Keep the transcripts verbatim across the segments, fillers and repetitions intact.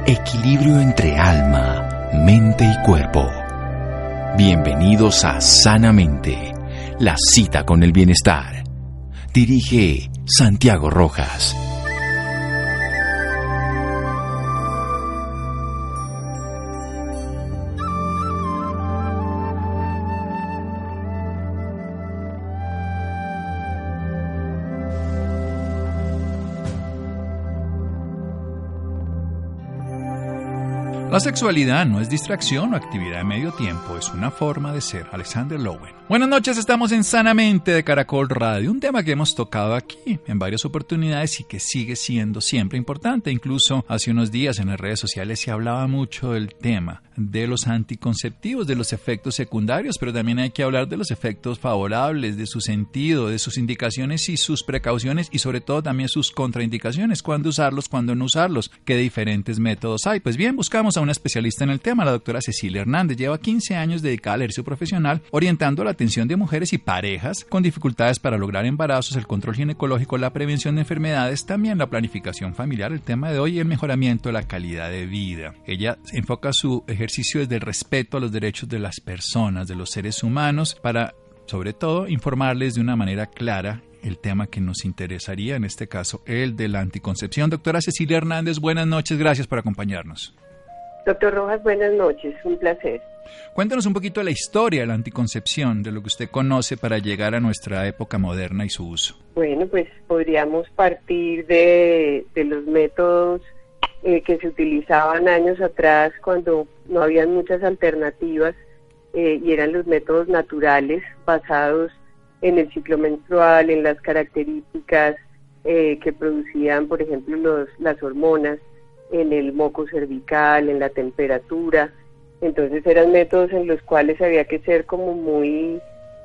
Equilibrio entre alma, mente y cuerpo. Bienvenidos a Sanamente, la cita con el bienestar. Dirige Santiago Rojas. La sexualidad no es distracción o actividad de medio tiempo, es una forma de ser. Alexander Lowen. Buenas noches, estamos en Sanamente de Caracol Radio, un tema que hemos tocado aquí en varias oportunidades y que sigue siendo siempre importante. Incluso hace unos días en las redes sociales se hablaba mucho del tema de los anticonceptivos, de los efectos secundarios, pero también hay que hablar de los efectos favorables, de su sentido, de sus indicaciones y sus precauciones y sobre todo también sus contraindicaciones, cuándo usarlos, cuándo no usarlos, qué diferentes métodos hay. Pues bien, buscamos a una especialista en el tema, la doctora Cecilia Hernández. Lleva quince años dedicada al ejercicio profesional, orientando la atención de mujeres y parejas con dificultades para lograr embarazos, el control ginecológico, la prevención de enfermedades, también la planificación familiar, el tema de hoy y el mejoramiento de la calidad de vida. Ella enfoca su ejercicio desde el respeto a los derechos de las personas, de los seres humanos, para, sobre todo, informarles de una manera clara el tema que nos interesaría, en este caso, el de la anticoncepción. Doctora Cecilia Hernández, buenas noches, gracias por acompañarnos. Doctor Rojas, buenas noches, un placer. Cuéntanos un poquito de la historia de la anticoncepción, de lo que usted conoce para llegar a nuestra época moderna y su uso. Bueno, pues podríamos partir de, de los métodos eh, que se utilizaban años atrás cuando no habían muchas alternativas eh, y eran los métodos naturales basados en el ciclo menstrual, en las características eh, que producían, por ejemplo, los, las hormonas, en el moco cervical, en la temperatura. Entonces eran métodos en los cuales había que ser como muy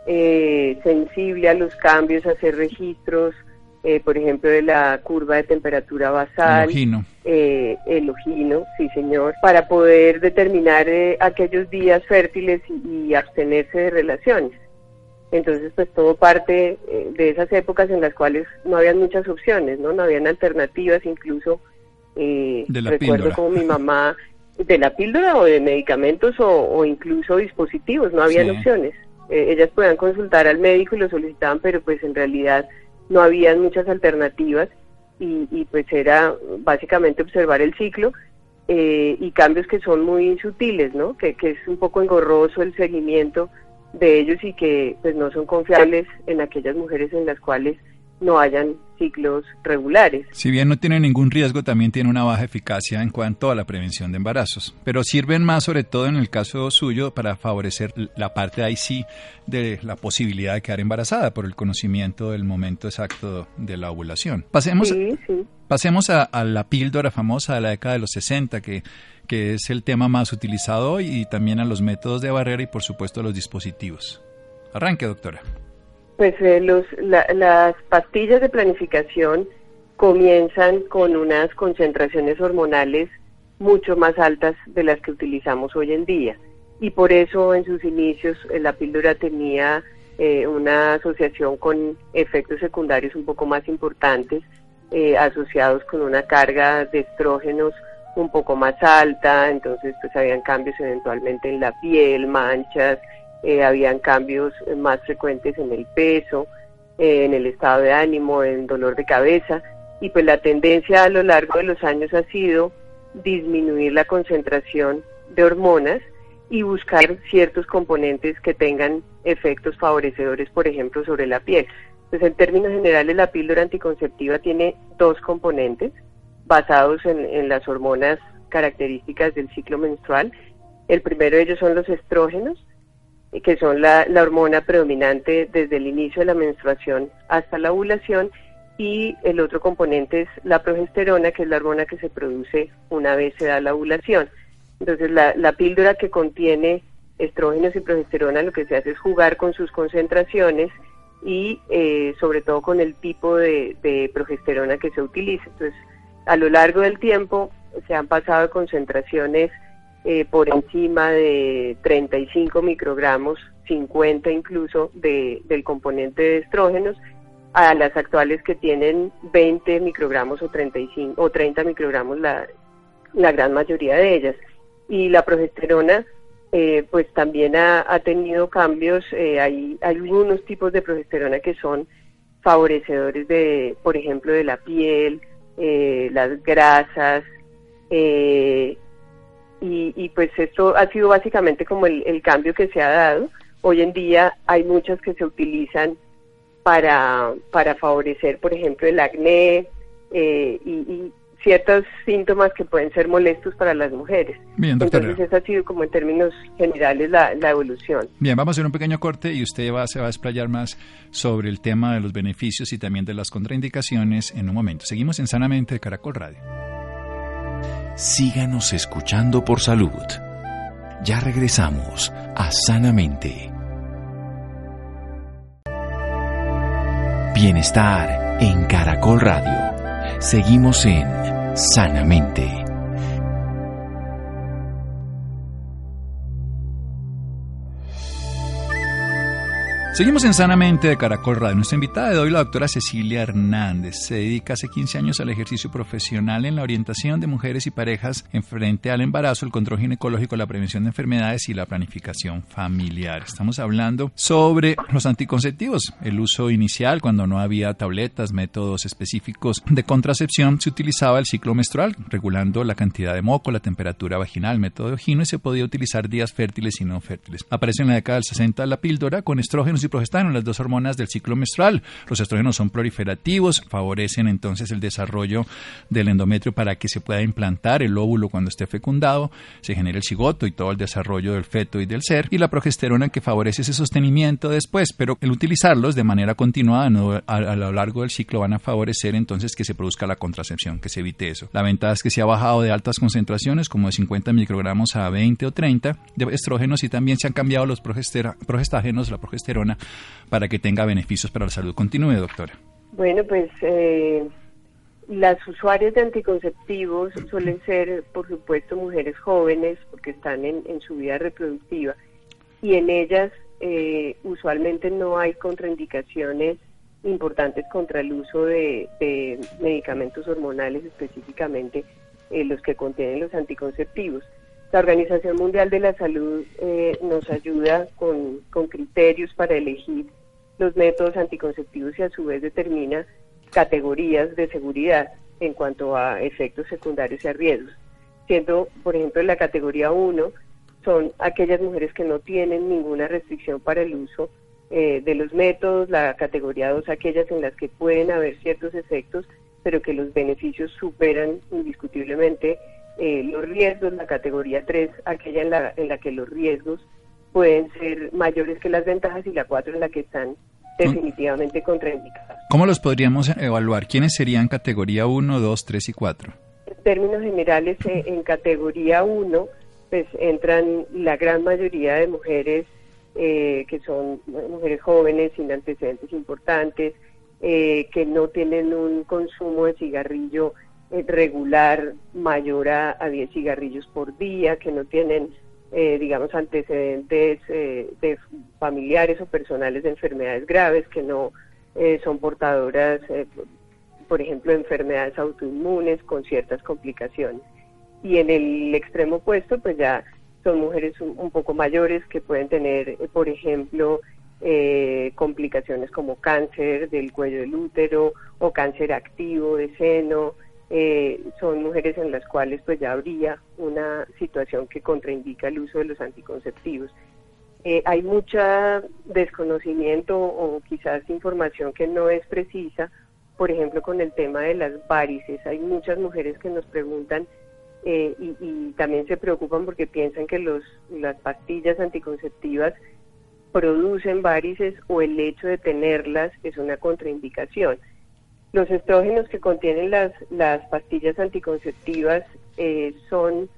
eh, sensible a los cambios, hacer registros, eh, por ejemplo, de la curva de temperatura basal. El ogino. Eh, el ogino, sí señor, para poder determinar eh, aquellos días fértiles y, y abstenerse de relaciones. Entonces, pues todo parte eh, de esas épocas en las cuales no habían muchas opciones, ¿no? No habían alternativas, incluso Eh, recuerdo píldora. Como mi mamá, de la píldora o de medicamentos o, o incluso dispositivos, no habían sí. opciones. Eh, ellas podían consultar al médico y lo solicitaban, pero pues en realidad no habían muchas alternativas y, y pues era básicamente observar el ciclo eh, y cambios que son muy sutiles, ¿no? Que, que es un poco engorroso el seguimiento de ellos y que pues no son confiables en aquellas mujeres en las cuales no hayan ciclos regulares. Si bien no tiene ningún riesgo, también tiene una baja eficacia en cuanto a la prevención de embarazos, pero sirven más, sobre todo en el caso suyo, para favorecer la parte ahí sí de la posibilidad de quedar embarazada por el conocimiento del momento exacto de la ovulación. Pasemos, sí, sí. pasemos a, a la píldora famosa de la década de los sesenta, que, que es el tema más utilizado hoy, y también a los métodos de barrera y por supuesto a los dispositivos. Arranque, doctora. Pues eh, los, la, las pastillas de planificación comienzan con unas concentraciones hormonales mucho más altas de las que utilizamos hoy en día y por eso en sus inicios eh, la píldora tenía eh, una asociación con efectos secundarios un poco más importantes eh, asociados con una carga de estrógenos un poco más alta, entonces pues habían cambios eventualmente en la piel, manchas, Eh, habían cambios más frecuentes en el peso, eh, en el estado de ánimo, en dolor de cabeza, y pues la tendencia a lo largo de los años ha sido disminuir la concentración de hormonas y buscar ciertos componentes que tengan efectos favorecedores, por ejemplo, sobre la piel. Pues en términos generales la píldora anticonceptiva tiene dos componentes basados en, en las hormonas características del ciclo menstrual. El primero de ellos son los estrógenos, que son la, la hormona predominante desde el inicio de la menstruación hasta la ovulación, y el otro componente es la progesterona, que es la hormona que se produce una vez se da la ovulación. Entonces la, la píldora que contiene estrógenos y progesterona lo que se hace es jugar con sus concentraciones y eh, sobre todo con el tipo de, de progesterona que se utiliza. Entonces a lo largo del tiempo se han pasado de concentraciones Eh, por encima de treinta y cinco microgramos, cincuenta incluso, de, del componente de estrógenos, a las actuales que tienen veinte microgramos o treinta y cinco o treinta microgramos la, la gran mayoría de ellas. Y la progesterona eh, pues también ha, ha tenido cambios. Eh, hay, hay algunos tipos de progesterona que son favorecedores de, por ejemplo, de la piel, eh, las grasas, eh, y, y pues esto ha sido básicamente como el, el cambio que se ha dado. Hoy en día hay muchas que se utilizan para, para favorecer, por ejemplo, el acné eh, y, y ciertos síntomas que pueden ser molestos para las mujeres. Bien, doctora. Entonces esa ha sido como en términos generales la, la evolución. Bien, vamos a hacer un pequeño corte y usted va, se va a explayar más sobre el tema de los beneficios y también de las contraindicaciones en un momento. Seguimos en Sanamente de Caracol Radio. Síganos escuchando por salud. Ya regresamos a Sanamente. Bienestar en Caracol Radio. Seguimos en Sanamente. Seguimos en Sanamente de Caracol Radio. Nuestra invitada de hoy, la doctora Cecilia Hernández, se dedica hace quince años al ejercicio profesional en la orientación de mujeres y parejas en frente al embarazo, el control ginecológico, la prevención de enfermedades y la planificación familiar. Estamos hablando sobre los anticonceptivos. El uso inicial, cuando no había tabletas, métodos específicos de contracepción, se utilizaba el ciclo menstrual, regulando la cantidad de moco, la temperatura vaginal, método de Ogino, y se podía utilizar días fértiles y no fértiles. Aparece en la década del sesenta la píldora con estrógenos y progesterona, las dos hormonas del ciclo menstrual. Los estrógenos son proliferativos, favorecen entonces el desarrollo del endometrio para que se pueda implantar el óvulo cuando esté fecundado, se genera el cigoto y todo el desarrollo del feto y del ser, y la progesterona que favorece ese sostenimiento después, pero el utilizarlos de manera continuada no, a, a lo largo del ciclo van a favorecer entonces que se produzca la contracepción, que se evite eso. La ventaja es que se ha bajado de altas concentraciones como de cincuenta microgramos a veinte o treinta de estrógenos, y también se han cambiado los progestágenos, la progesterona, para que tenga beneficios para la salud. Continúe, doctora. Bueno, pues eh, las usuarias de anticonceptivos suelen ser, por supuesto, mujeres jóvenes, porque están en, en su vida reproductiva, y en ellas eh, usualmente no hay contraindicaciones importantes contra el uso de, de medicamentos hormonales, específicamente eh, los que contienen los anticonceptivos. La Organización Mundial de la Salud eh, nos ayuda con, con criterios para elegir los métodos anticonceptivos y a su vez determina categorías de seguridad en cuanto a efectos secundarios y a riesgos. Siendo, por ejemplo, la categoría uno son aquellas mujeres que no tienen ninguna restricción para el uso eh, de los métodos, la categoría dos aquellas en las que pueden haber ciertos efectos, pero que los beneficios superan indiscutiblemente Eh, los riesgos, la categoría tres, aquella en la, en la que los riesgos pueden ser mayores que las ventajas, y la cuatro en la que están definitivamente contraindicados. ¿Cómo los podríamos evaluar? ¿Quiénes serían categoría uno, dos, tres y cuatro? En términos generales, eh, en categoría uno, pues entran la gran mayoría de mujeres eh, que son mujeres jóvenes, sin antecedentes importantes, eh, que no tienen un consumo de cigarrillo regular mayor a, a diez cigarrillos por día, que no tienen, eh, digamos, antecedentes eh, de familiares o personales de enfermedades graves, que no eh, son portadoras, eh, por ejemplo, de enfermedades autoinmunes con ciertas complicaciones. Y en el extremo opuesto, pues ya son mujeres un, un poco mayores que pueden tener, eh, por ejemplo, eh, complicaciones como cáncer del cuello del útero o cáncer activo de seno. Eh, son mujeres en las cuales pues ya habría una situación que contraindica el uso de los anticonceptivos. Eh, hay mucho desconocimiento o quizás información que no es precisa, por ejemplo, con el tema de las varices. Hay muchas mujeres que nos preguntan eh, y, y también se preocupan porque piensan que los, las pastillas anticonceptivas producen varices, o el hecho de tenerlas es una contraindicación. Los estrógenos que contienen las, las pastillas anticonceptivas eh, son,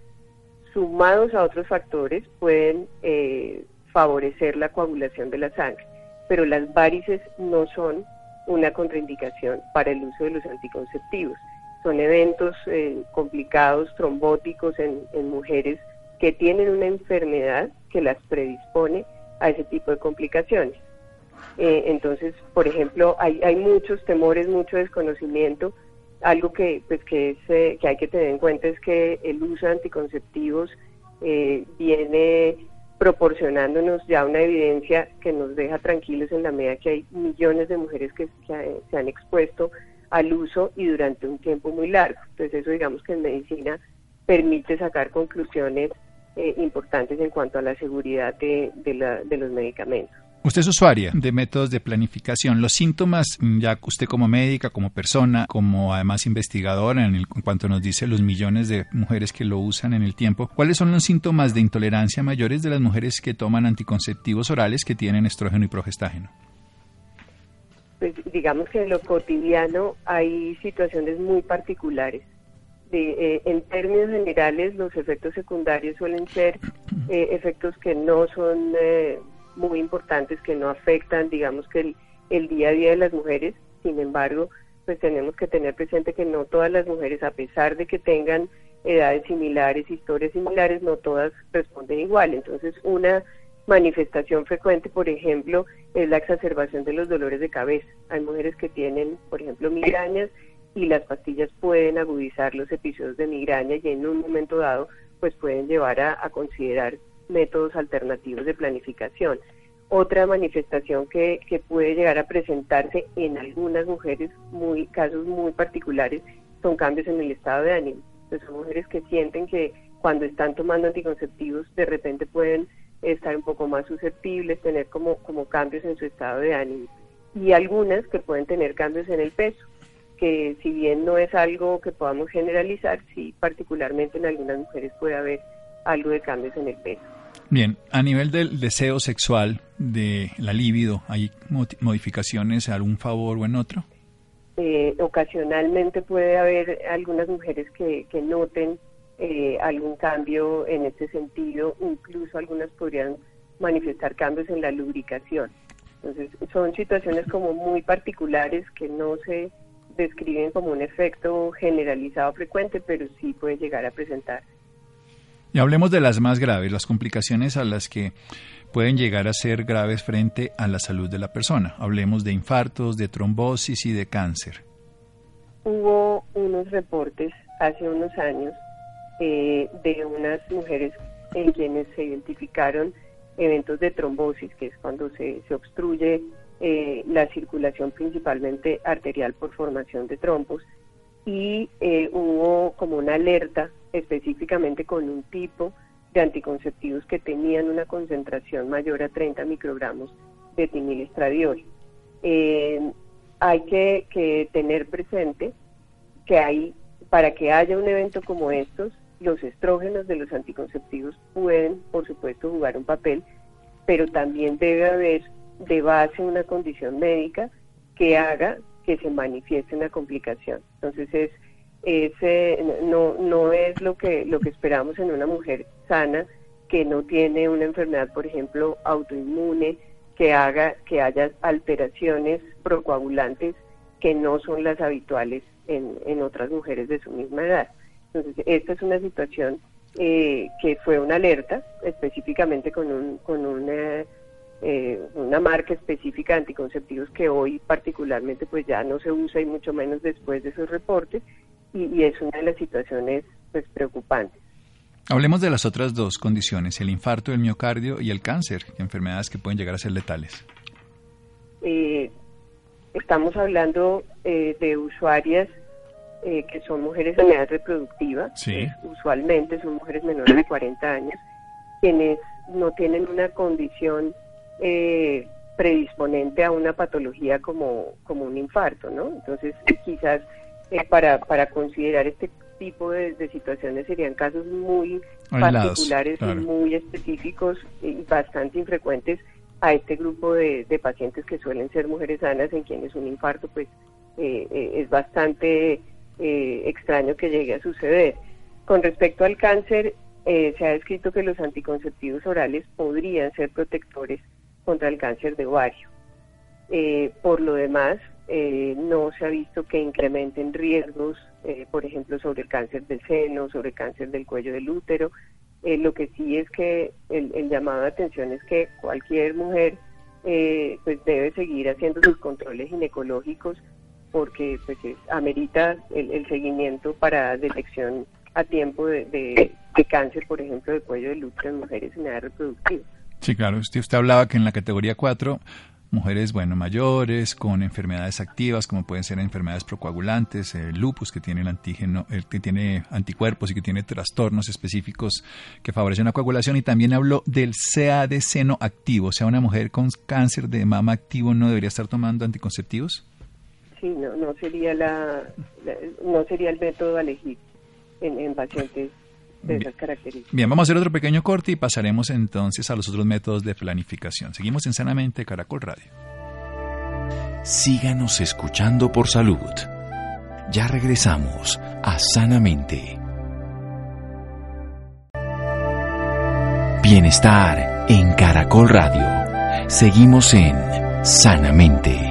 sumados a otros factores, pueden eh, favorecer la coagulación de la sangre, pero las varices no son una contraindicación para el uso de los anticonceptivos. Son eventos eh, complicados, trombóticos en, en mujeres que tienen una enfermedad que las predispone a ese tipo de complicaciones. Eh, entonces, por ejemplo, hay, hay muchos temores, mucho desconocimiento algo que pues que es eh, que hay que tener en cuenta es que el uso de anticonceptivos eh, viene proporcionándonos ya una evidencia que nos deja tranquilos en la medida que hay millones de mujeres que, que se han expuesto al uso y durante un tiempo muy largo. Entonces eso, digamos, que en medicina permite sacar conclusiones eh, importantes en cuanto a la seguridad de, de, la, de los medicamentos. Usted es usuaria de métodos de planificación. Los síntomas, ya usted como médica, como persona, como además investigadora, en, el, en cuanto nos dice los millones de mujeres que lo usan en el tiempo, ¿cuáles son los síntomas de intolerancia mayores de las mujeres que toman anticonceptivos orales que tienen estrógeno y progestágeno? Pues digamos que en lo cotidiano hay situaciones muy particulares. De, eh, en términos generales, los efectos secundarios suelen ser eh, efectos que no son eh, muy importantes, que no afectan, digamos, que el, el día a día de las mujeres. Sin embargo, pues tenemos que tener presente que no todas las mujeres, a pesar de que tengan edades similares, historias similares, no todas responden igual. Entonces, una manifestación frecuente, por ejemplo, es la exacerbación de los dolores de cabeza. Hay mujeres que tienen, por ejemplo, migrañas, y las pastillas pueden agudizar los episodios de migraña y en un momento dado pues pueden llevar a, a considerar métodos alternativos de planificación. Otra manifestación que, que puede llegar a presentarse en algunas mujeres, muy casos muy particulares, son cambios en el estado de ánimo. Entonces son mujeres que sienten que cuando están tomando anticonceptivos de repente pueden estar un poco más susceptibles, tener como, como cambios en su estado de ánimo. Y algunas que pueden tener cambios en el peso, que si bien no es algo que podamos generalizar, sí particularmente en algunas mujeres puede haber algo de cambios en el peso. Bien, a nivel del deseo sexual, de la libido, ¿hay modificaciones a algún favor o en otro? Eh, ocasionalmente puede haber algunas mujeres que, que noten eh, algún cambio en este sentido, incluso algunas podrían manifestar cambios en la lubricación. Entonces son situaciones como muy particulares que no se describen como un efecto generalizado frecuente, pero sí puede llegar a presentar. Y hablemos de las más graves, las complicaciones a las que pueden llegar a ser graves frente a la salud de la persona. Hablemos de infartos, de trombosis y de cáncer. Hubo unos reportes hace unos años eh, de unas mujeres en quienes se identificaron eventos de trombosis, que es cuando se, se obstruye eh, la circulación principalmente arterial por formación de trombos, y eh, hubo como una alerta específicamente con un tipo de anticonceptivos que tenían una concentración mayor a treinta microgramos de etinilestradiol. Eh, hay que, que tener presente que hay, para que haya un evento como estos, los estrógenos de los anticonceptivos pueden, por supuesto, jugar un papel, pero también debe haber de base una condición médica que haga que se manifieste una complicación. Entonces es, es eh, no no es lo que lo que esperamos en una mujer sana que no tiene una enfermedad, por ejemplo, autoinmune, que haga que haya alteraciones procoagulantes que no son las habituales en, en otras mujeres de su misma edad. Entonces esta es una situación eh, que fue una alerta específicamente con un con una Eh, una marca específica de anticonceptivos que hoy particularmente pues ya no se usa, y mucho menos después de esos reportes, y, y es una de las situaciones pues preocupantes. Hablemos de las otras dos condiciones, el infarto del miocardio y el cáncer, enfermedades que pueden llegar a ser letales. Eh, estamos hablando eh, de usuarias eh, que son mujeres en edad reproductiva, sí. eh, usualmente son mujeres menores de cuarenta años, quienes no tienen una condición Eh, predisponente a una patología como, como un infarto, ¿no? Entonces, quizás eh, para, para considerar este tipo de, de situaciones serían casos muy aislados, particulares, claro, y muy específicos y bastante infrecuentes a este grupo de, de pacientes que suelen ser mujeres sanas, en quienes un infarto pues eh, eh, es bastante eh, extraño que llegue a suceder. Con respecto al cáncer, eh, se ha descrito que los anticonceptivos orales podrían ser protectores contra el cáncer de ovario. Eh, por lo demás, eh, no se ha visto que incrementen riesgos, eh, por ejemplo, sobre el cáncer del seno, sobre el cáncer del cuello del útero. Eh, lo que sí es que el, el llamado de atención es que cualquier mujer eh, pues debe seguir haciendo sus controles ginecológicos porque pues es, amerita el, el seguimiento para detección a tiempo de, de, de cáncer, por ejemplo, de cuello del útero en mujeres en edad reproductiva. Sí, claro. Usted, usted hablaba que en la categoría cuatro, mujeres, bueno, mayores, con enfermedades activas, como pueden ser enfermedades procoagulantes, el lupus, que tiene el antígeno, el que tiene anticuerpos y que tiene trastornos específicos que favorecen la coagulación, y también habló del C A de seno activo, o sea, una mujer con cáncer de mama activo no debería estar tomando anticonceptivos. Sí, no, no sería la, la no sería el método a elegir en, en pacientes de esas características. Bien, vamos a hacer otro pequeño corte y pasaremos entonces a los otros métodos de planificación. Seguimos en Sanamente Caracol Radio. Síganos escuchando por salud. Ya regresamos a Sanamente. Bienestar en Caracol Radio. Seguimos en Sanamente.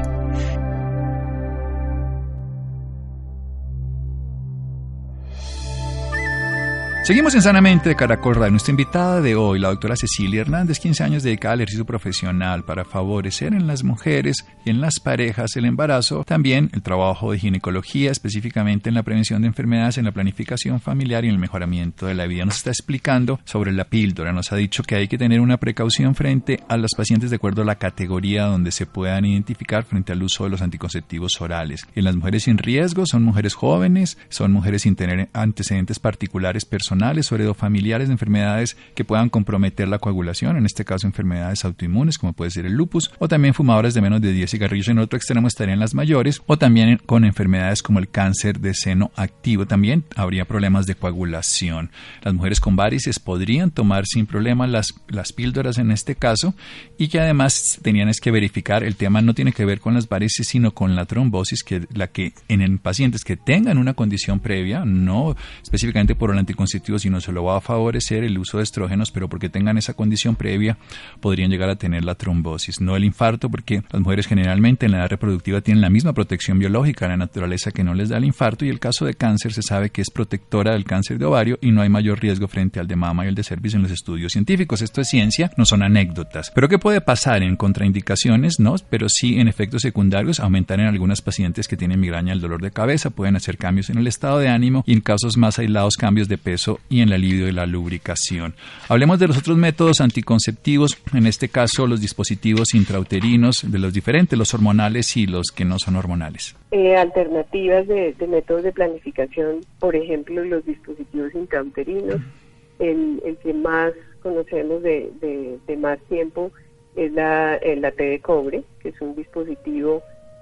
Seguimos en Sanamente de Caracol Radio. Nuestra invitada de hoy, la doctora Cecilia Hernández, quince años dedicada al ejercicio profesional para favorecer en las mujeres y en las parejas el embarazo, también el trabajo de ginecología, específicamente en la prevención de enfermedades, en la planificación familiar y en el mejoramiento de la vida. Nos está explicando sobre la píldora, nos ha dicho que hay que tener una precaución frente a los pacientes de acuerdo a la categoría donde se puedan identificar frente al uso de los anticonceptivos orales. En las mujeres sin riesgo son mujeres jóvenes, son mujeres sin tener antecedentes particulares personales, sobre familiares de enfermedades que puedan comprometer la coagulación, en este caso enfermedades autoinmunes como puede ser el lupus, o también fumadoras de menos de diez cigarrillos. En otro extremo estarían las mayores, o también con enfermedades como el cáncer de seno activo. También habría problemas de coagulación. Las mujeres con varices podrían tomar sin problema las, las píldoras en este caso, y que además tenían es que verificar, el tema no tiene que ver con las varices sino con la trombosis, que la que en, en pacientes que tengan una condición previa, no específicamente por el anticonceptivo, sino se lo va a favorecer el uso de estrógenos, pero porque tengan esa condición previa podrían llegar a tener la trombosis, no el infarto, porque las mujeres generalmente en la edad reproductiva tienen la misma protección biológica de la naturaleza que no les da el infarto, y el caso de cáncer se sabe que es protectora del cáncer de ovario y no hay mayor riesgo frente al de mama y el de cervix en los estudios científicos. Esto es ciencia, no son anécdotas. ¿Pero qué puede pasar en contraindicaciones? No, pero sí en efectos secundarios, aumentar en algunas pacientes que tienen migraña el dolor de cabeza, pueden hacer cambios en el estado de ánimo y en casos más aislados cambios de peso y en el alivio de la lubricación. Hablemos de los otros métodos anticonceptivos, en este caso los dispositivos intrauterinos, de los diferentes, los hormonales y los que no son hormonales. Eh, alternativas de, de métodos de planificación, por ejemplo, los dispositivos intrauterinos. El, el que más conocemos de, de, de más tiempo es la, el, la T de cobre, que es un dispositivo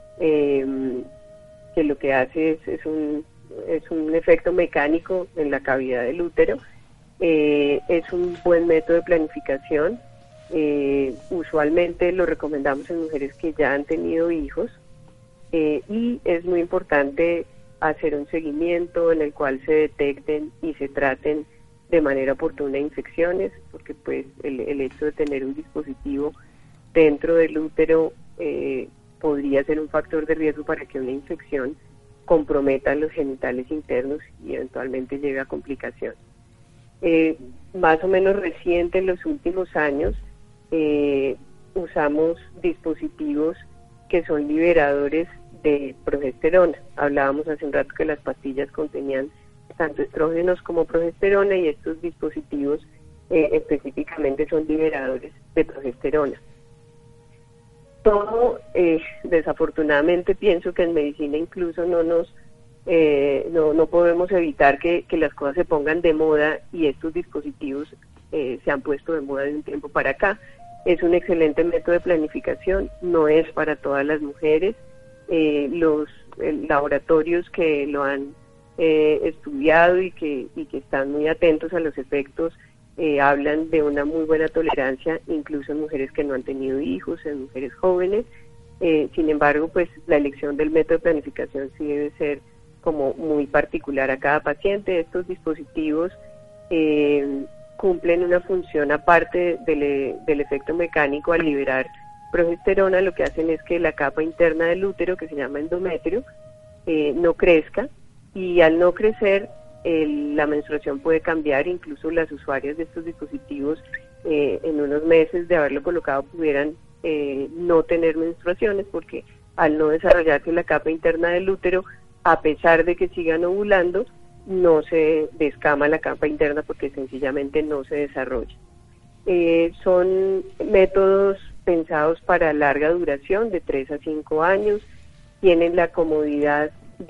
eh, que lo que hace es, es un es un efecto mecánico en la cavidad del útero. Eh, es un buen método de planificación. Eh, usualmente lo recomendamos en mujeres que ya han tenido hijos, eh, y es muy importante hacer un seguimiento en el cual se detecten y se traten de manera oportuna infecciones, porque pues el, el hecho de tener un dispositivo dentro del útero eh, podría ser un factor de riesgo para que una infección comprometa los genitales internos y eventualmente llegue a complicación. Eh, más o menos reciente, en los últimos años, eh, usamos dispositivos que son liberadores de progesterona. Hablábamos hace un rato que las pastillas contenían tanto estrógenos como progesterona, y estos dispositivos eh, específicamente son liberadores de progesterona. Todo, eh, desafortunadamente pienso que en medicina incluso no nos eh, no, no podemos evitar que, que las cosas se pongan de moda, y estos dispositivos eh, se han puesto de moda de un tiempo para acá. Es un excelente método de planificación, no es para todas las mujeres. Eh, los eh, laboratorios que lo han eh, estudiado y que, y que están muy atentos a los efectos Eh, hablan de una muy buena tolerancia, incluso en mujeres que no han tenido hijos, en mujeres jóvenes. Eh, sin embargo, pues la elección del método de planificación sí debe ser como muy particular a cada paciente. Estos dispositivos eh, cumplen una función aparte del, del efecto mecánico al liberar progesterona. Lo que hacen es que la capa interna del útero, que se llama endometrio, eh, no crezca, y al no crecer El, la menstruación puede cambiar. Incluso las usuarias de estos dispositivos eh, en unos meses de haberlo colocado pudieran eh, no tener menstruaciones, porque al no desarrollarse la capa interna del útero, a pesar de que sigan ovulando, no se descama la capa interna porque sencillamente no se desarrolla. Eh, son métodos pensados para larga duración, de tres a cinco años, tienen la comodidad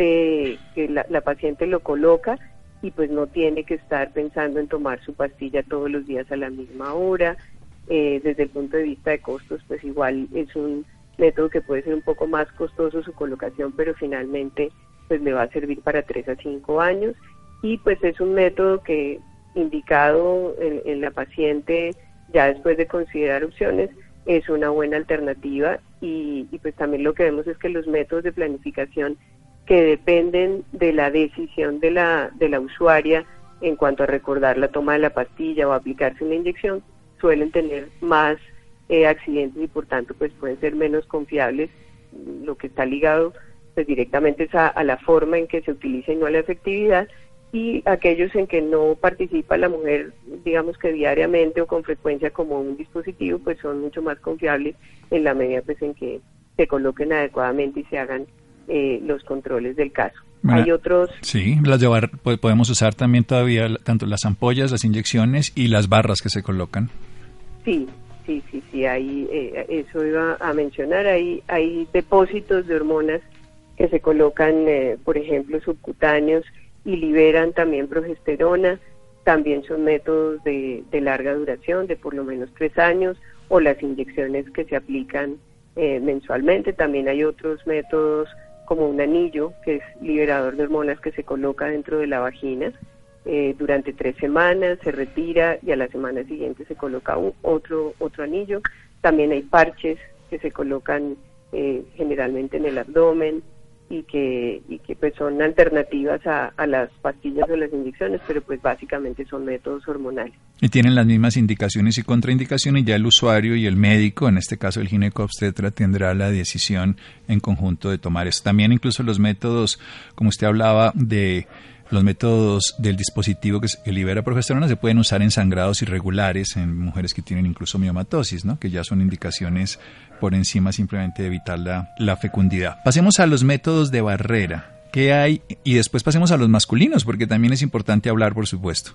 de que la, la paciente lo coloca y pues no tiene que estar pensando en tomar su pastilla todos los días a la misma hora. Eh, desde el punto de vista de costos, pues igual es un método que puede ser un poco más costoso su colocación, pero finalmente pues le va a servir para tres a cinco años, y pues es un método que, indicado en, en la paciente ya después de considerar opciones, es una buena alternativa. Y, y pues también lo que vemos es que los métodos de planificación que dependen de la decisión de la, de la usuaria en cuanto a recordar la toma de la pastilla o aplicarse una inyección, suelen tener más eh, accidentes y por tanto pues pueden ser menos confiables. Lo que está ligado pues directamente es a, a la forma en que se utiliza y no a la efectividad, y aquellos en que no participa la mujer, digamos que diariamente o con frecuencia como un dispositivo, pues son mucho más confiables en la medida pues en que se coloquen adecuadamente y se hagan eh, los controles del caso. Bueno, hay otros... Sí, las de bar- podemos usar también todavía tanto las ampollas, las inyecciones y las barras que se colocan. Sí, sí, sí, sí, hay, eh, eso iba a mencionar, hay, hay depósitos de hormonas que se colocan, eh, por ejemplo, subcutáneos, y liberan también progesterona. También son métodos de, de larga duración, de por lo menos tres años, o las inyecciones que se aplican eh, mensualmente. También hay otros métodos como un anillo, que es liberador de hormonas, que se coloca dentro de la vagina eh, durante tres semanas, se retira y a la semana siguiente se coloca un, otro, otro anillo. También hay parches que se colocan eh, generalmente en el abdomen, y que y que pues son alternativas a, a las pastillas o las inyecciones, pero pues básicamente son métodos hormonales. Y tienen las mismas indicaciones y contraindicaciones, y ya el usuario y el médico, en este caso el ginecobstetra, tendrá la decisión en conjunto de tomar eso. También incluso los métodos, como usted hablaba, de los métodos del dispositivo que, que libera progesterona, se pueden usar en sangrados irregulares, en mujeres que tienen incluso miomatosis, ¿no? Que ya son indicaciones por encima simplemente de evitar la, la fecundidad. Pasemos a los métodos de barrera. ¿Qué hay? Y después pasemos a los masculinos, porque también es importante hablar, por supuesto.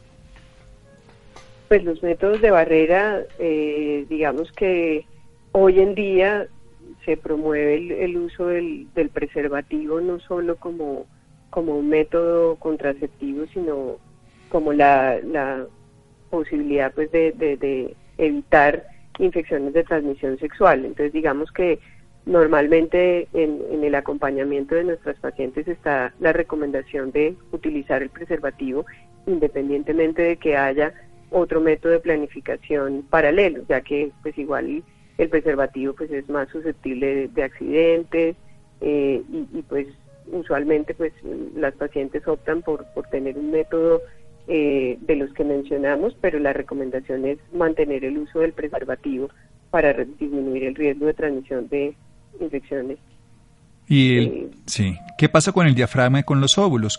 Pues los métodos de barrera, eh, digamos que hoy en día se promueve el, el uso del, del preservativo no solo como como un método contraceptivo, sino como la, la posibilidad pues de, de, de evitar infecciones de transmisión sexual. Entonces digamos que normalmente en, en el acompañamiento de nuestras pacientes está la recomendación de utilizar el preservativo independientemente de que haya otro método de planificación paralelo, ya que pues igual el preservativo pues es más susceptible de, de accidentes eh, y, y pues usualmente pues las pacientes optan por, por tener un método eh, de los que mencionamos, pero la recomendación es mantener el uso del preservativo para re- disminuir el riesgo de transmisión de infecciones. Y el, eh, sí, ¿qué pasa con el diafragma y con los óvulos?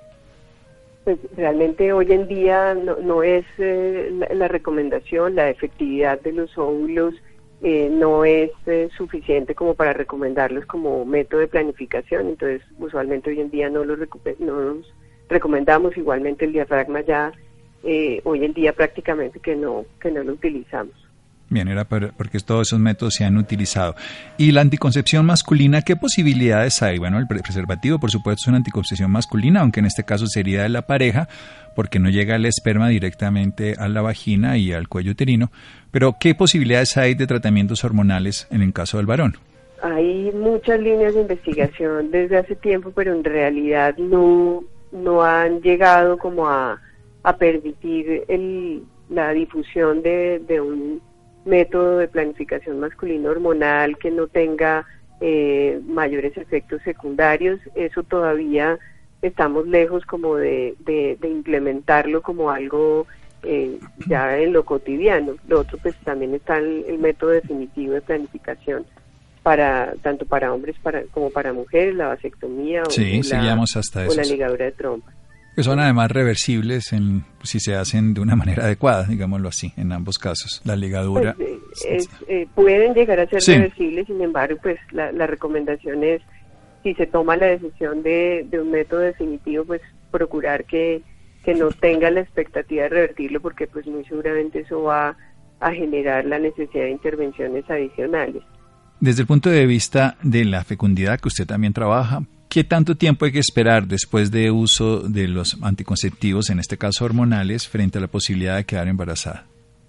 Pues realmente hoy en día no, no es eh, la, la recomendación, la efectividad de los óvulos Eh, no es eh, suficiente como para recomendarlos como método de planificación. Entonces usualmente hoy en día no los, recu- no los recomendamos. Igualmente el diafragma ya eh, hoy en día prácticamente que no que no lo utilizamos. Bien, era porque todos esos métodos se han utilizado. ¿Y la anticoncepción masculina, qué posibilidades hay? Bueno, el preservativo, por supuesto, es una anticoncepción masculina, aunque en este caso sería de la pareja, porque no llega el esperma directamente a la vagina y al cuello uterino. Pero, ¿qué posibilidades hay de tratamientos hormonales en el caso del varón? Hay muchas líneas de investigación desde hace tiempo, pero en realidad no, no han llegado como a, a permitir el, la difusión de, de un método de planificación masculino hormonal que no tenga eh, mayores efectos secundarios. Eso todavía estamos lejos como de, de, de implementarlo como algo eh, ya en lo cotidiano. Lo otro pues también está el, el método definitivo de planificación para tanto para hombres para como para mujeres, la vasectomía sí, o, la, hasta o la ligadura de trompa. Que son además reversibles en, si se hacen de una manera adecuada, digámoslo así, en ambos casos. La ligadura... Pues, eh, es, eh, pueden llegar a ser sí. reversibles, sin embargo, pues la, la recomendación es, si se toma la decisión de, de un método definitivo, pues procurar que, que no tenga la expectativa de revertirlo, porque pues muy seguramente eso va a generar la necesidad de intervenciones adicionales. Desde el punto de vista de la fecundidad, que usted también trabaja, ¿qué tanto tiempo hay que esperar después de uso de los anticonceptivos, en este caso hormonales, frente a la posibilidad de quedar embarazada?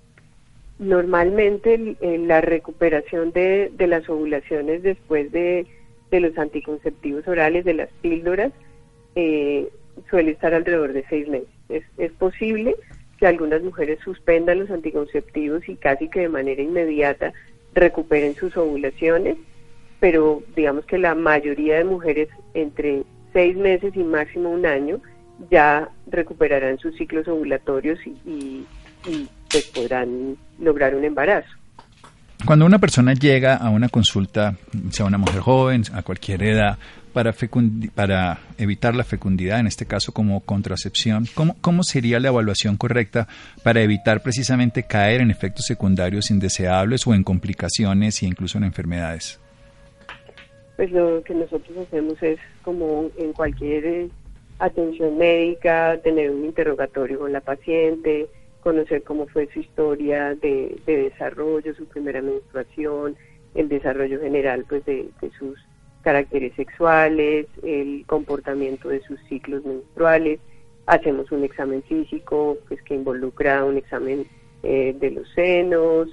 Normalmente la recuperación de, de las ovulaciones después de, de los anticonceptivos orales, de las píldoras, eh, suele estar alrededor de seis meses. Es, es posible que algunas mujeres suspendan los anticonceptivos y casi que de manera inmediata recuperen sus ovulaciones, pero digamos que la mayoría de mujeres entre seis meses y máximo un año ya recuperarán sus ciclos ovulatorios y, y, y pues podrán lograr un embarazo. Cuando una persona llega a una consulta, sea una mujer joven, a cualquier edad, para, fecundi- para evitar la fecundidad, en este caso como contracepción, ¿cómo, ¿cómo sería la evaluación correcta para evitar precisamente caer en efectos secundarios indeseables o en complicaciones e incluso en enfermedades? Pues lo que nosotros hacemos es, como en cualquier eh, atención médica, tener un interrogatorio con la paciente, conocer cómo fue su historia de, de desarrollo, su primera menstruación, el desarrollo general pues de, de sus caracteres sexuales, el comportamiento de sus ciclos menstruales. Hacemos un examen físico pues que involucra un examen eh, de los senos.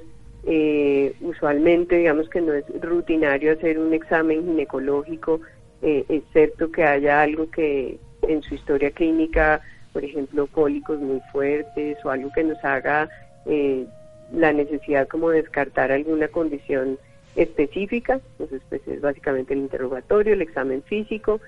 Eh, usualmente digamos que no es rutinario hacer un examen ginecológico, eh, excepto que haya algo que en su historia clínica, por ejemplo, cólicos muy fuertes o algo que nos haga eh, la necesidad como de descartar alguna condición específica. Entonces pues es básicamente el interrogatorio, el examen físico.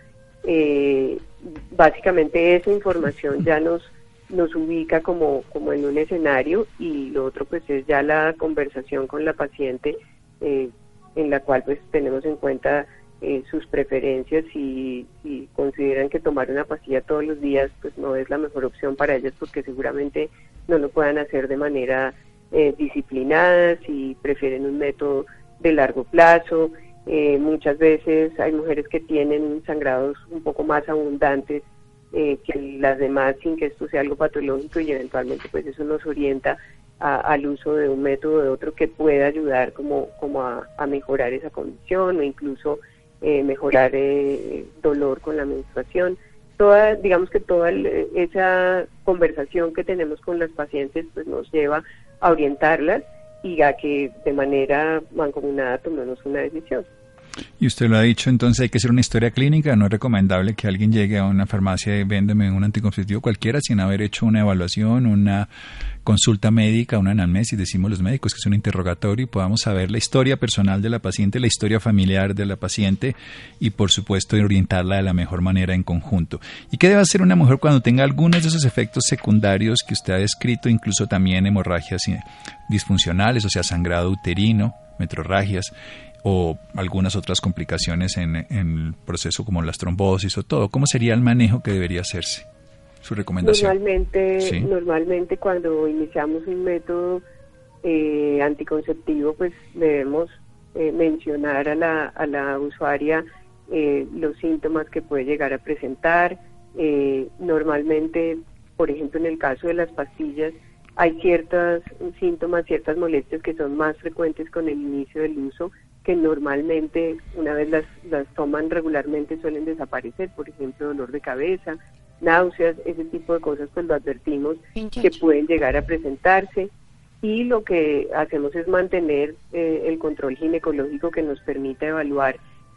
Eh, básicamente esa información ya nos nos ubica como, como en un escenario, y lo otro pues es ya la conversación con la paciente, eh, en la cual pues tenemos en cuenta eh, sus preferencias, y si consideran que tomar una pastilla todos los días pues no es la mejor opción para ellas, porque seguramente no lo puedan hacer de manera eh, disciplinada, si prefieren un método de largo plazo. Eh, muchas veces hay mujeres que tienen sangrados un poco más abundantes Eh, que las demás, sin que esto sea algo patológico, y eventualmente pues eso nos orienta a, al uso de un método o de otro que pueda ayudar como, como a, a mejorar esa condición, o incluso eh, mejorar eh, dolor con la menstruación. Toda, digamos que toda el, esa conversación que tenemos con las pacientes pues nos lleva a orientarlas y a que de manera mancomunada tomemos una decisión. Y usted lo ha dicho, entonces hay que hacer una historia clínica. No es recomendable que alguien llegue a una farmacia y véndeme un anticonceptivo cualquiera sin haber hecho una evaluación, una consulta médica, una anamnesis, decimos los médicos, que es un interrogatorio, y podamos saber la historia personal de la paciente, la historia familiar de la paciente, y por supuesto orientarla de la mejor manera en conjunto. ¿Y qué debe hacer una mujer cuando tenga algunos de esos efectos secundarios que usted ha descrito, incluso también hemorragias disfuncionales, o sea, sangrado uterino, metrorragias, o algunas otras complicaciones en, en el proceso como las trombosis o todo? ¿Cómo sería el manejo que debería hacerse? Su recomendación. Normalmente, ¿Sí? normalmente cuando iniciamos un método eh, anticonceptivo, pues debemos eh, mencionar a la, a la usuaria eh, los síntomas que puede llegar a presentar. Eh, normalmente, por ejemplo, en el caso de las pastillas, hay ciertos síntomas, ciertas molestias que son más frecuentes con el inicio del uso, que normalmente una vez las, las toman regularmente suelen desaparecer. Por ejemplo, dolor de cabeza, náuseas, ese tipo de cosas pues lo advertimos que pueden llegar a presentarse, y lo que hacemos es mantener eh, el control ginecológico que nos permita evaluar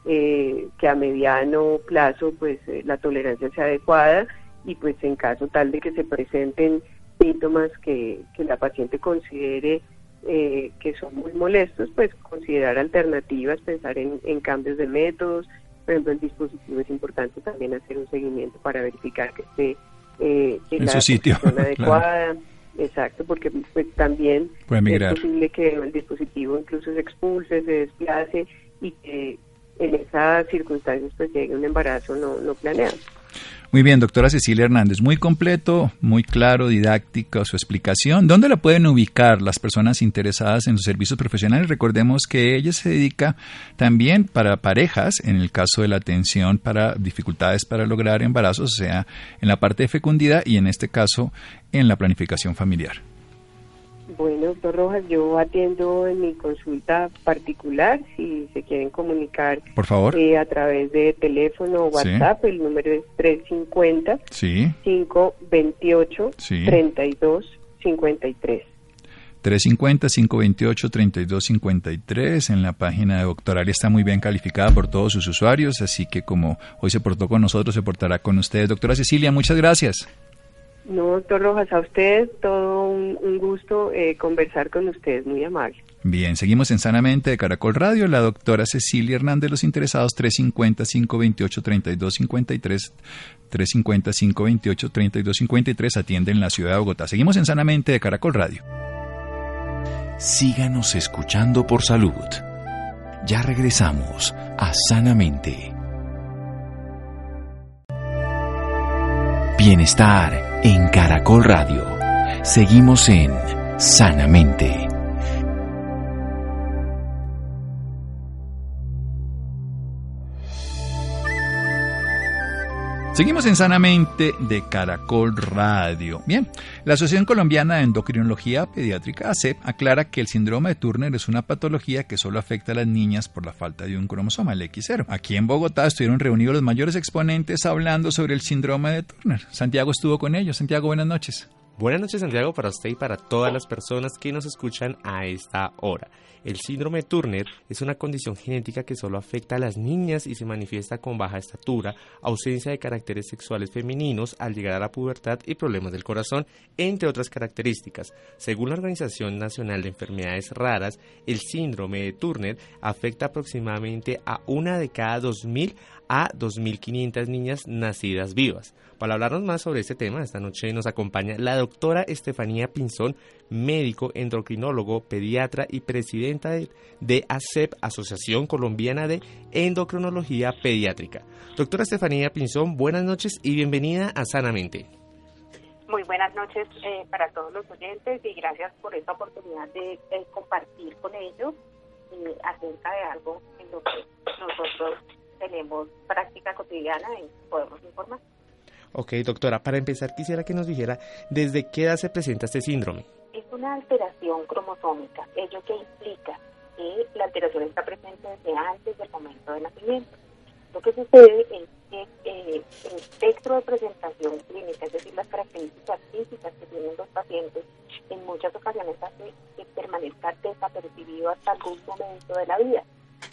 eh, que a mediano plazo pues eh, la tolerancia sea adecuada, y pues en caso tal de que se presenten síntomas que, que la paciente considere Eh, que son muy molestos, pues considerar alternativas, pensar en, en cambios de métodos. Por ejemplo, el dispositivo es importante también hacer un seguimiento para verificar que esté eh, en, en la su sitio adecuada. Claro. Exacto, porque pues también es posible que el dispositivo incluso se expulse, se desplace, y que en esas circunstancias pues llegue un embarazo no, no planeado. Muy bien, doctora Cecilia Hernández, muy completo, muy claro, didáctica su explicación. ¿Dónde la pueden ubicar las personas interesadas en los servicios profesionales? Recordemos que ella se dedica también para parejas, en el caso de la atención para dificultades para lograr embarazos, o sea, en la parte de fecundidad y en este caso en la planificación familiar. Bueno, doctor Rojas, yo atiendo en mi consulta particular, si se quieren comunicar. Por favor. Eh, a través de teléfono o WhatsApp, sí. El número es tres cinco cero, sí. cinco dos ocho, sí. tres dos cinco tres. tres cinco cero, cinco dos ocho, tres dos cinco tres. En la página de Doctoralia está muy bien calificada por todos sus usuarios, así que como hoy se portó con nosotros, se portará con ustedes. Doctora Cecilia, muchas gracias. No, doctor Rojas, a usted todo un, un gusto eh, conversar con ustedes, muy amable. Bien, seguimos en Sanamente de Caracol Radio. La doctora Cecilia Hernández, los interesados, tres cinco cero, cinco dos ocho, tres dos cinco tres, tres cinco cero, cinco dos ocho, tres dos cinco tres, atiende en la ciudad de Bogotá. Seguimos en Sanamente de Caracol Radio. Síganos escuchando por salud. Ya regresamos a Sanamente. Bienestar en Caracol Radio. Seguimos en Sanamente. Seguimos en Sanamente de Caracol Radio. Bien, la Asociación Colombiana de Endocrinología Pediátrica, A C E P, aclara que el síndrome de Turner es una patología que solo afecta a las niñas por la falta de un cromosoma, el equis cero. Aquí en Bogotá estuvieron reunidos los mayores exponentes hablando sobre el síndrome de Turner. Santiago estuvo con ellos. Santiago, buenas noches. Buenas noches, Santiago, para usted y para todas las personas que nos escuchan a esta hora. El síndrome de Turner es una condición genética que solo afecta a las niñas y se manifiesta con baja estatura, ausencia de caracteres sexuales femeninos al llegar a la pubertad y problemas del corazón, entre otras características. Según la Organización Nacional de Enfermedades Raras, el síndrome de Turner afecta aproximadamente a una de cada dos mil a dos mil quinientas niñas nacidas vivas. Para hablarnos más sobre este tema, esta noche nos acompaña la doctora Estefanía Pinzón, médico, endocrinólogo, pediatra y presidenta de, de A C E P, Asociación Colombiana de Endocrinología Pediátrica. Doctora Estefanía Pinzón, buenas noches y bienvenida a Sanamente. Muy buenas noches eh, para todos los oyentes y gracias por esta oportunidad de eh, compartir con ellos eh, acerca de algo en lo que nosotros tenemos práctica cotidiana y podemos informar. Ok, doctora, para empezar quisiera que nos dijera desde qué edad se presenta este síndrome. Es una alteración cromosómica, ello que implica que la alteración está presente desde antes del momento de nacimiento. Lo que sucede es que eh, el espectro de presentación clínica, es decir, las características físicas que tienen los pacientes, en muchas ocasiones hace que permanezca desapercibido hasta algún momento de la vida.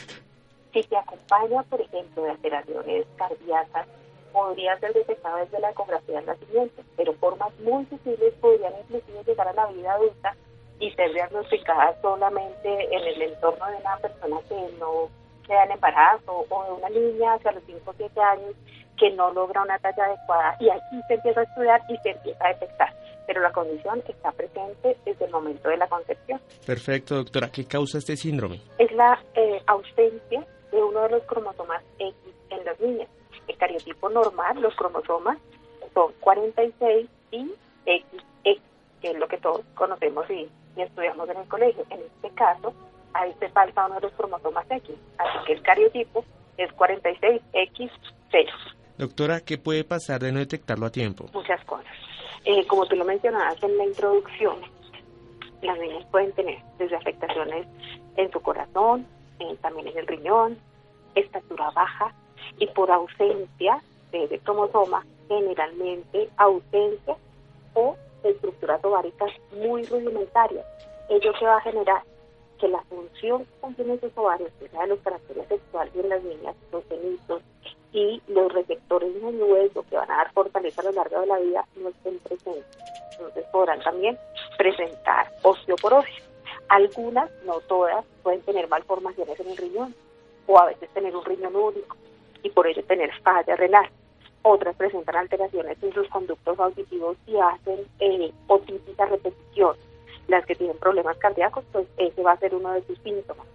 Si se acompaña, por ejemplo, de alteraciones cardíacas, podría ser detectado desde la ecografía del nacimiento, pero formas muy sutiles podrían inclusive llegar a la vida adulta y ser diagnosticadas solamente en el entorno de una persona que no se da en embarazo o de una niña hacia los cinco o siete años que no logra una talla adecuada, y aquí se empieza a estudiar y se empieza a detectar, pero la condición está presente desde el momento de la concepción. Perfecto, doctora. ¿Qué causa este síndrome? Es la eh, ausencia de uno de los cromosomas X en las niñas. El cariotipo normal, los cromosomas, son cuarenta y seis y equis equis, que es lo que todos conocemos y, y estudiamos en el colegio. En este caso, a este falta uno de los cromosomas X, así que el cariotipo es cuarenta y seis equis cero. Doctora, ¿qué puede pasar de no detectarlo a tiempo? Muchas cosas. Eh, como tú lo mencionabas en la introducción, las niñas pueden tener desde afectaciones en su corazón, eh, también en el riñón, estatura baja, y por ausencia de ese cromosoma, generalmente ausencia o estructuras ováricas muy rudimentarias. Ello que va a generar que la función que tienen esos ovarios, que sea de los caracteres sexuales en las niñas, los senitos y los receptores en el hueso que van a dar fortaleza a lo largo de la vida, no estén presentes. Entonces podrán también presentar osteoporosis. Algunas, no todas, pueden tener malformaciones en el riñón o a veces tener un riñón único y por ello tener falla renal. Otras presentan alteraciones en sus conductos auditivos y hacen eh, otitis a repetición. Las que tienen problemas cardíacos, pues ese va a ser uno de sus síntomas.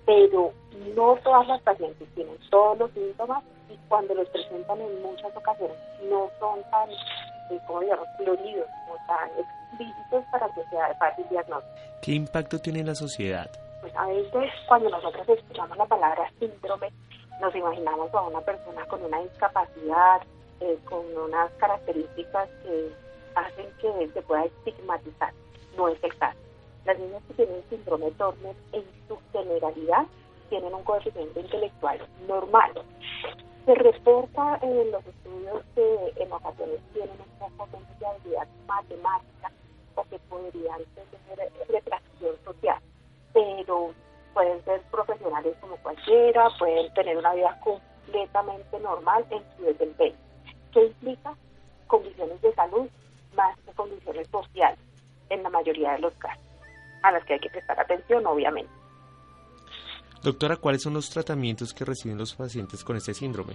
pero no todas las pacientes tienen todos los síntomas y cuando los presentan en muchas ocasiones no son tan, eh, como digamos, floridos, no tan explícitos para que sea fácil diagnóstico. ¿Qué impacto tiene en la sociedad? Pues a veces cuando nosotros escuchamos la palabra síndrome, nos imaginamos a una persona con una discapacidad, eh, con unas características que hacen que se pueda estigmatizar. No es el caso. Las niñas que tienen síndrome de Turner en su generalidad tienen un coeficiente intelectual normal. Se reporta en los estudios que en ocasiones tienen un poco menos de habilidad matemática o que podrían tener retracción social, pero pueden ser profesionales como cualquiera, pueden tener una vida completamente normal en su desempeño. ¿Qué implica? Condiciones de salud más que condiciones sociales en la mayoría de los casos, a las que hay que prestar atención, obviamente. Doctora, ¿cuáles son los tratamientos que reciben los pacientes con este síndrome?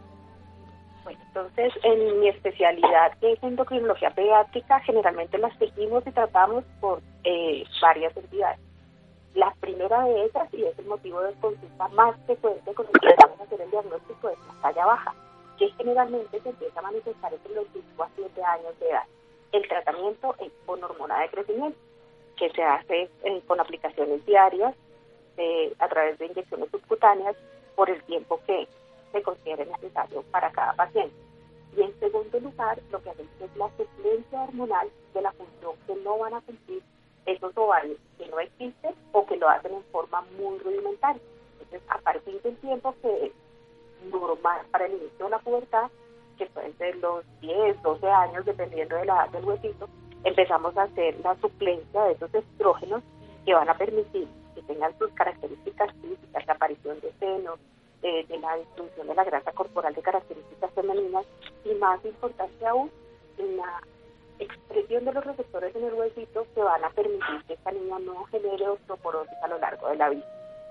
Bueno, entonces, en mi especialidad, que es endocrinología pediátrica, generalmente las seguimos y tratamos por eh, varias entidades. La primera de ellas, y es el motivo de consulta más frecuente con el que vamos a hacer el diagnóstico, es la talla baja, que generalmente se empieza a manifestar entre los cinco a siete años de edad. El tratamiento es con hormona de crecimiento, que se hace eh, con aplicaciones diarias eh, a través de inyecciones subcutáneas por el tiempo que se considere necesario para cada paciente. Y en segundo lugar, lo que hacemos es la suplencia hormonal de la función que no van a cumplir esos ovarios que no existen o que lo hacen en forma muy rudimentaria. Entonces, a partir del tiempo que es normal para el inicio de la pubertad, que pueden ser los diez, doce años, dependiendo de la edad del huesito, empezamos a hacer la suplencia de esos estrógenos que van a permitir que tengan sus características físicas, la aparición de senos, eh, de la distribución de la grasa corporal de características femeninas y, más importante aún, la expresión de los receptores en el huesito que van a permitir que esta niña no genere osteoporosis a lo largo de la vida.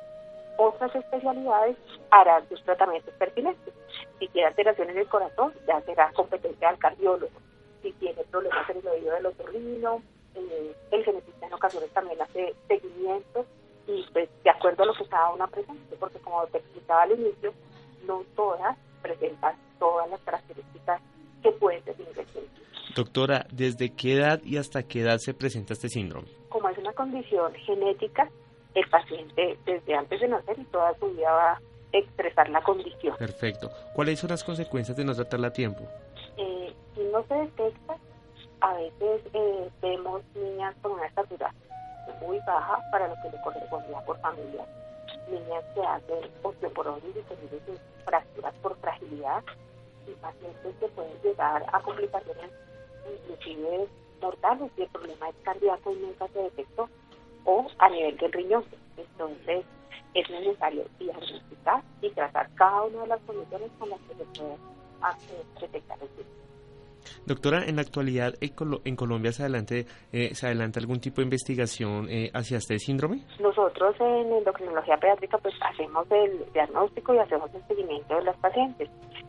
Otras especialidades harán sus tratamientos pertinentes. Si tiene alteraciones del corazón, ya será competencia del cardiólogo. Si tiene problemas en el oído del otorrino, eh, el genetista en ocasiones también hace seguimiento y pues de acuerdo a lo que cada una presente, porque como te explicaba al inicio, no todas presentan todas las características que pueden definir el síndrome. Doctora, ¿desde qué edad y hasta qué edad se presenta este síndrome? Como es una condición genética, el paciente desde antes de nacer y toda su vida va a expresar la condición. Perfecto. ¿Cuáles son las consecuencias de no tratarla a tiempo? Eh, si no se detecta, a veces eh, vemos niñas con una estatura muy baja para lo que le correspondía por familia, niñas que hacen osteoporosis y que tienen sus fracturas por fragilidad y pacientes que pueden llegar a complicaciones inclusive mortales si el problema es cardíaco y nunca se detectó, o a nivel del riñón. Entonces es necesario diagnosticar y tratar cada una de las condiciones con las que se puede hacer, detectar el síndrome. Doctora, en la actualidad en Colombia se adelante, eh, se adelanta algún tipo de investigación eh, hacia este síndrome. Nosotros en endocrinología pediátrica pues hacemos el diagnóstico y hacemos el seguimiento de los pacientes.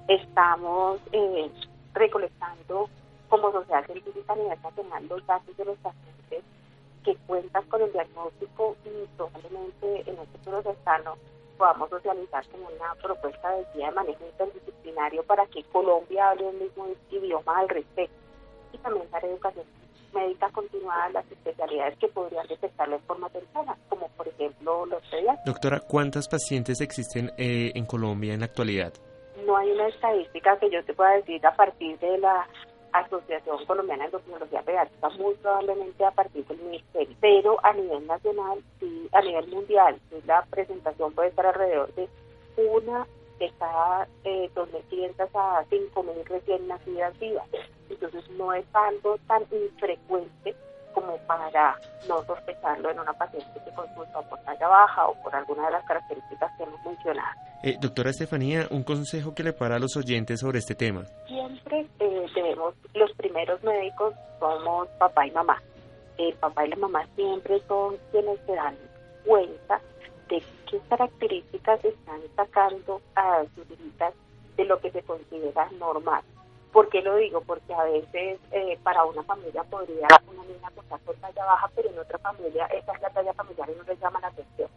Estamos eh, recolectando como sociedad científica a nivel nacional los datos de los pacientes que cuentan con el diagnóstico y probablemente en este futuro cercano podamos socializar como una propuesta de guía de manejo interdisciplinario para que Colombia hable el mismo idioma al respecto y también dar educación médica continuada a las especialidades que podrían detectarlo de forma temprana, como por ejemplo los pediatras. Doctora, ¿cuántas pacientes existen eh, en Colombia en la actualidad? No hay una estadística que yo te pueda decir a partir de la Asociación Colombiana de Endocrinología Pediátrica, muy probablemente a partir del ministerio, pero a nivel nacional, sí, a nivel mundial, sí, la presentación puede estar alrededor de una de cada eh, dos mil quinientas a cinco mil recién nacidas vivas. Entonces no es algo tan infrecuente como para no sospecharlo en una paciente que consulta por talla baja o por alguna de las características que hemos mencionado. Eh, doctora Estefanía, un consejo que le para a los oyentes sobre este tema. Siempre eh, debemos, los primeros médicos somos papá y mamá. El papá y la mamá siempre son quienes se dan cuenta de qué características están sacando a sus hijitas de lo que se considera normal. ¿Por qué lo digo? Porque a veces eh, para una familia podría una niña contar con talla baja, pero en otra familia esa es la talla familiar y no les llama la atención.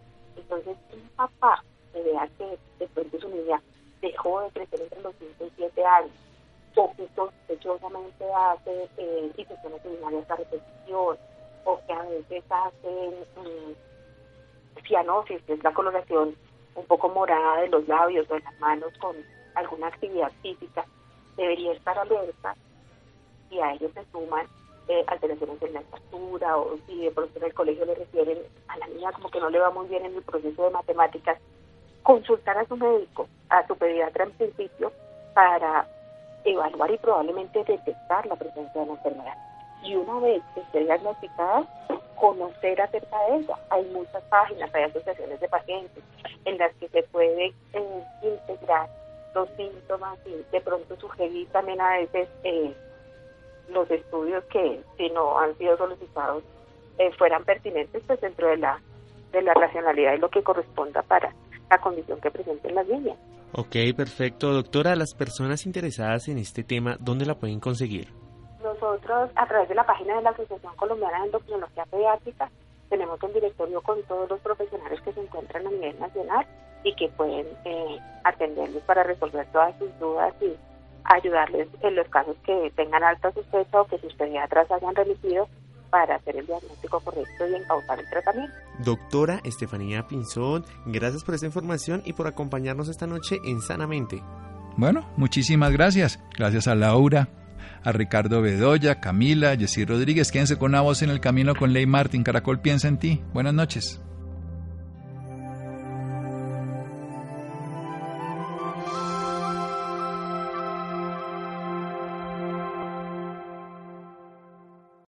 Entonces, un papá que vea que de pronto su niña dejó de crecer entre los cinco y siete años, o que sospechosamente hace eh, infecciones urinarias a repetición, o que a veces hacen um, cianosis, que es la coloración un poco morada de los labios o de las manos con alguna actividad física, debería estar alerta y a ellos se suman eh, alteraciones en la estatura, o si de pronto en el colegio le refieren a la niña como que no le va muy bien en el proceso de matemáticas, consultar a su médico, a su pediatra en principio, para evaluar y probablemente detectar la presencia de la enfermedad. Y una vez que esté diagnosticada, conocer acerca de ella. Hay muchas páginas, hay asociaciones de pacientes en las que se puede eh, integrar los síntomas y de pronto sugerir también a veces eh, los estudios que, si no han sido solicitados, eh, fueran pertinentes, pues dentro de la de la racionalidad y lo que corresponda para la condición que presenten las niñas. Ok, perfecto. Doctora, las personas interesadas en este tema, ¿dónde la pueden conseguir? Nosotros, a través de la página de la Asociación Colombiana de Endocrinología Pediátrica, tenemos un directorio con todos los profesionales que se encuentran a nivel nacional y que pueden eh, atenderles para resolver todas sus dudas y ayudarles en los casos que tengan alta sospecha o que sus pediatras hayan remitido para hacer el diagnóstico correcto y encauzar el tratamiento. Doctora Estefanía Pinzón, gracias por esta información y por acompañarnos esta noche en Sanamente. Bueno, muchísimas gracias. Gracias a Laura, a Ricardo Bedoya, Camila, Jessy Rodríguez. Quédense con Una Voz en el Camino con Ley Martin. Caracol piensa en ti. Buenas noches.